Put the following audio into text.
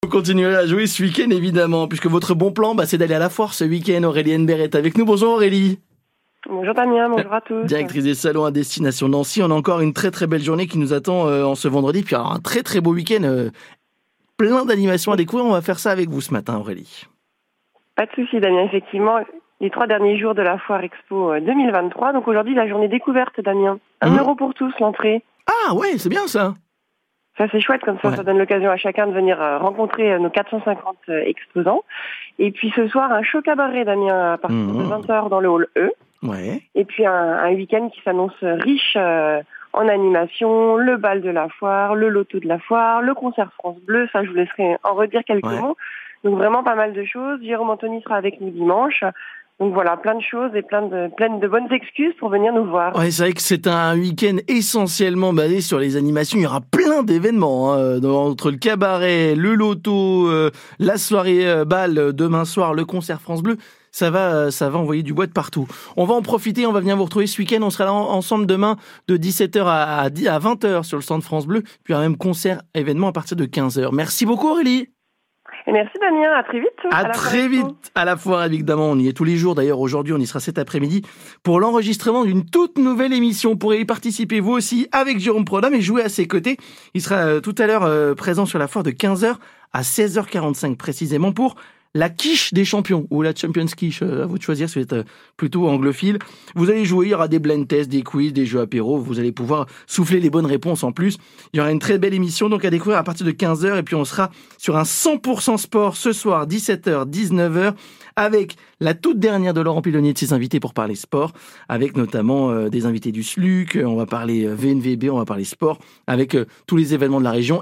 Vous continuerez à jouer ce week-end évidemment, puisque votre bon plan, c'est d'aller à la foire ce week-end. Aurélie Henbert est avec nous. Bonjour Aurélie. Bonjour Damien, bonjour à tous. Directrice des salons à destination Nancy. On a encore une très très belle journée qui nous attend en ce vendredi. Puis alors, un très très beau week-end, plein d'animations à découvrir. On va faire ça avec vous ce matin Aurélie. Pas de souci Damien, effectivement, les 3 derniers jours de la Foire Expo 2023. Donc aujourd'hui la journée découverte Damien. 1 euro pour tous l'entrée. Ah ouais, c'est bien ça. Ça c'est chouette, comme ça, Ouais. Ça donne l'occasion à chacun de venir rencontrer nos 450 exposants. Et puis ce soir, un show cabaret Damien à partir de 20h dans le hall E. Ouais. Et puis un week-end qui s'annonce riche en animation, le bal de la foire, le loto de la foire, le concert France Bleu, ça je vous laisserai en redire quelques mots. Donc vraiment pas mal de choses. Jérôme Anthony sera avec nous dimanche. Donc voilà, plein de choses et plein de bonnes excuses pour venir nous voir. Ouais, c'est vrai que c'est un week-end essentiellement basé sur les animations. Il y aura plein d'événements entre le cabaret, le loto, la soirée bal demain soir, le concert France Bleu. Ça va envoyer du bois de partout. On va en profiter, on va venir vous retrouver ce week-end. On sera là ensemble demain de 17h à 20h sur le stand France Bleu. Puis il y aura même concert, événement à partir de 15h. Merci beaucoup Aurélie. Et merci Damien, à très vite. À très vite à la foire évidemment, on y est tous les jours. D'ailleurs aujourd'hui on y sera cet après-midi pour l'enregistrement d'une toute nouvelle émission. Vous pourrez y participer vous aussi avec Jérôme Prodhomme et jouer à ses côtés. Il sera tout à l'heure présent sur la foire de 15h à 16h45 précisément pour la quiche des champions ou la Champions Quiche, à vous de choisir si vous êtes plutôt anglophile. Vous allez jouer, il y aura des blind tests, des quiz, des jeux apéro, vous allez pouvoir souffler les bonnes réponses en plus. Il y aura une très belle émission donc à découvrir à partir de 15h et puis on sera sur un 100% sport ce soir 17h 19h avec la toute dernière de Laurent Pilonnier de ses invités pour parler sport, avec notamment des invités du SLUC, on va parler VNVB, on va parler sport avec tous les événements de la région.